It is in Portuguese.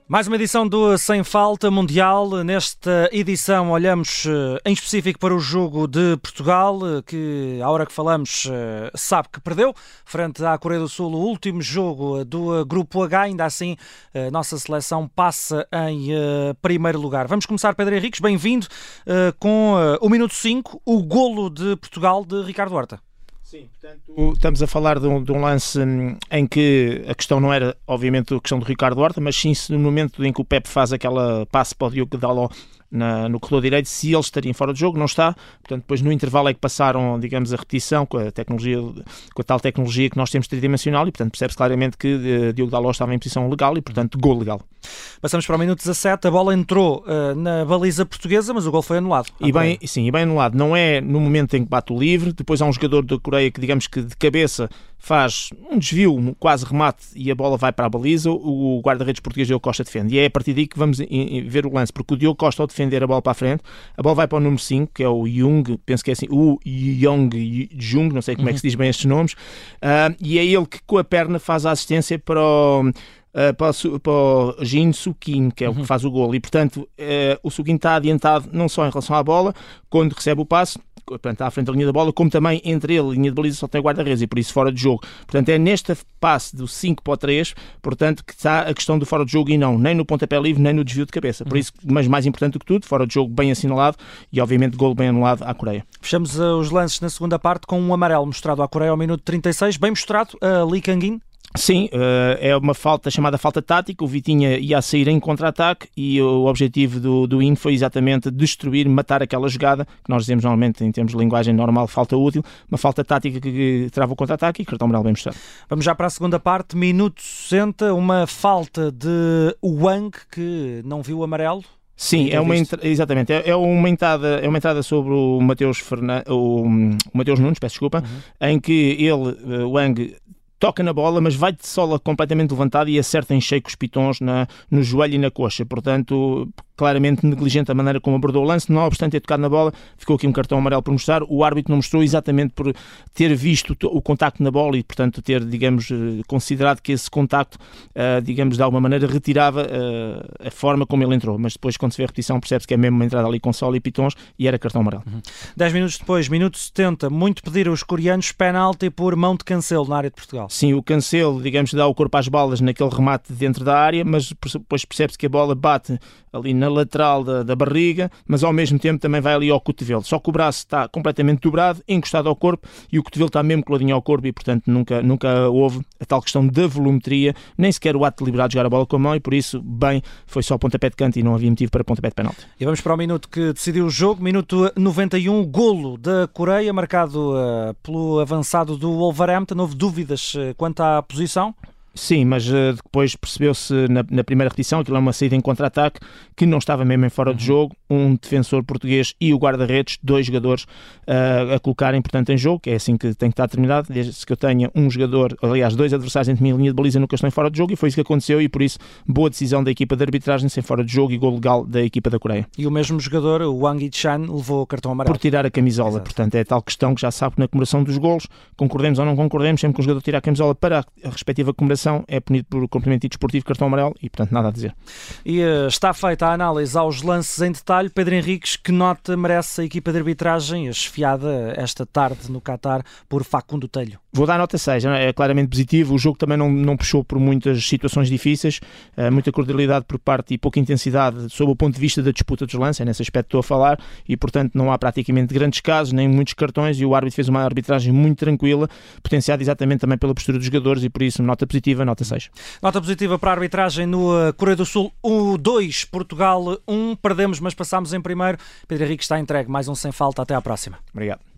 Mais uma edição do Sem Falta Mundial. Nesta edição olhamos em específico para o jogo de Portugal, que à hora que falamos sabe que perdeu, frente à Coreia do Sul, o último jogo do Grupo H. Ainda assim, a nossa seleção passa em primeiro lugar. Vamos começar, Pedro Henriques, bem-vindo, com o minuto 5, o golo de Portugal de Ricardo Horta. Sim, portanto, estamos a falar de um lance em que a questão não era, obviamente, a questão do Ricardo Horta, mas sim no momento em que o Pepe faz aquela passe para o Diogo Dalot no corredor direito, se eles estariam fora de jogo, não está. Portanto, depois no intervalo é que passaram, digamos, a repetição com a tal tecnologia que nós temos tridimensional e, portanto, percebe-se claramente que Diogo Dalot estava em posição legal e, portanto, gol legal. Passamos para o minuto 17, a bola entrou na baliza portuguesa, mas o gol foi anulado. E bem anulado. Não é no momento em que bate o livre, depois há um jogador da Coreia que, digamos que de cabeça, faz um desvio, quase remate, e a bola vai para a baliza, o guarda-redes português Diogo Costa defende. E é a partir daí que vamos ver o lance, porque o Diogo Costa, ao defender a bola para a frente, a bola vai para o número 5, que é o Jung, penso que é assim, o Jung, não sei como é que se diz bem estes nomes, e é ele que com a perna faz a assistência para o Jin Soo-kim, que é o que faz o golo. E, portanto, o Soo-kim está adiantado não só em relação à bola, quando recebe o passe, portanto, à frente da linha da bola, como também entre ele e a linha de baliza só tem o guarda-redes e por isso fora de jogo. Portanto, é neste passe do 5 para o 3, portanto, que está a questão do fora de jogo e não, nem no pontapé livre, nem no desvio de cabeça. Por isso, mas mais importante do que tudo, fora de jogo bem assinalado e, obviamente, golo bem anulado à Coreia. Fechamos os lances na segunda parte com um amarelo mostrado à Coreia ao minuto 36, bem mostrado a Lee Kang-in. Sim, é uma falta chamada falta tática. O Vitinha ia a sair em contra-ataque e o objetivo do IN foi exatamente destruir, matar aquela jogada que nós dizemos normalmente em termos de linguagem normal, falta útil, uma falta tática que trava o contra-ataque e cartão amarelo bem mostrado. Vamos já para a segunda parte, minuto 60, uma falta de Wang que não viu o amarelo. Sim, exatamente. É uma entrada sobre o Mateus Nunes, peço desculpa, em que ele, Wang, toca na bola, mas vai de sola completamente levantada e acerta em cheio com os pitons no joelho e na coxa. Portanto, claramente negligente a maneira como abordou o lance. Não obstante ter tocado na bola, ficou aqui um cartão amarelo por mostrar. O árbitro não mostrou exatamente por ter visto o contacto na bola e, portanto, ter, digamos, considerado que esse contacto, digamos, de alguma maneira retirava a forma como ele entrou. Mas depois, quando se vê a repetição, percebe-se que é mesmo uma entrada ali com sola e pitons e era cartão amarelo. 10 minutos depois, minuto 70, muito pediram os coreanos penalti por mão de Cancelo na área de Portugal. Sim, o Cancelo, digamos, dá o corpo às balas naquele remate dentro da área, mas depois percebe-se que a bola bate ali na lateral da barriga, mas ao mesmo tempo também vai ali ao cotovelo. Só que o braço está completamente dobrado, encostado ao corpo, e o cotovelo está mesmo coladinho ao corpo e, portanto, nunca houve a tal questão da volumetria, nem sequer o ato deliberado de jogar a bola com a mão, e por isso, bem, foi só pontapé de canto e não havia motivo para pontapé de penalti. E vamos para o minuto que decidiu o jogo, minuto 91, golo da Coreia, marcado pelo avançado do Wolverhampton. Houve dúvidas quanto à posição? Sim, mas depois percebeu-se na primeira repetição, aquilo é uma saída em contra-ataque, que não estava mesmo em fora de jogo, um defensor português e o guarda-redes, dois jogadores a colocarem, portanto, em jogo, que é assim que tem que estar terminado, desde que eu tenha um jogador, aliás, dois adversários entre mim e a linha de baliza nunca estão em fora de jogo, e foi isso que aconteceu, e por isso, boa decisão da equipa de arbitragem sem fora de jogo e gol legal da equipa da Coreia. E o mesmo jogador, o Wang Hee-chan, levou o cartão amarelo. Por tirar a camisola. Exato. Portanto, é tal questão que já sabe que na comemoração dos golos, concordemos ou não concordemos, sempre que o jogador tira a camisola para a respectiva comemoração, é punido por cumprimento desportivo, cartão amarelo e, portanto, nada a dizer. E está feita a análise aos lances em detalhe. Pedro Henriques, que nota merece a equipa de arbitragem esfiada esta tarde no Qatar por Facundo Telho? Vou dar nota 6, é claramente positivo. O jogo também não puxou por muitas situações difíceis, muita cordialidade por parte e pouca intensidade sob o ponto de vista da disputa dos lances, é nesse aspecto que estou a falar, e portanto não há praticamente grandes casos, nem muitos cartões, e o árbitro fez uma arbitragem muito tranquila, potenciada exatamente também pela postura dos jogadores, e por isso nota positiva, nota 6. Nota positiva para a arbitragem no Coreia do Sul, 2, Portugal 1, perdemos mas passámos em primeiro. Pedro Henrique está entregue, mais um Sem Falta, até à próxima. Obrigado.